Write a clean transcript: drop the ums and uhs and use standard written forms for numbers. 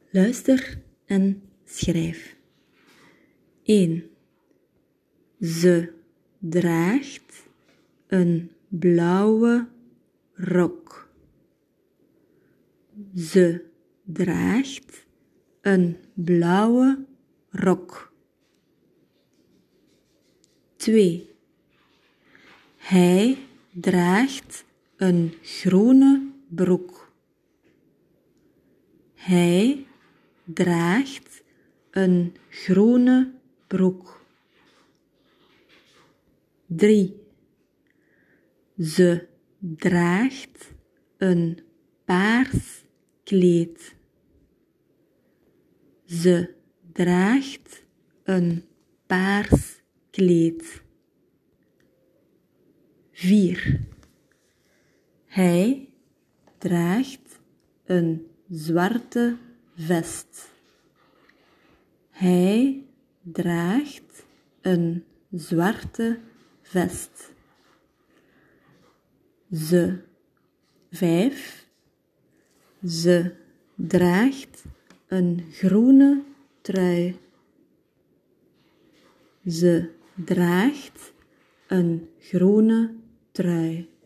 Luister en schrijf. 1. Ze draagt een blauwe rok. Ze draagt een blauwe rok. 2. Hij draagt een groene broek. Hij draagt een groene broek. 3. Ze draagt een paars kleed. Ze draagt een paars kleed. 4. Hij draagt een zwarte vest. Hij draagt een zwarte vest. 5. Ze draagt een groene trui. Ze draagt een groene trui.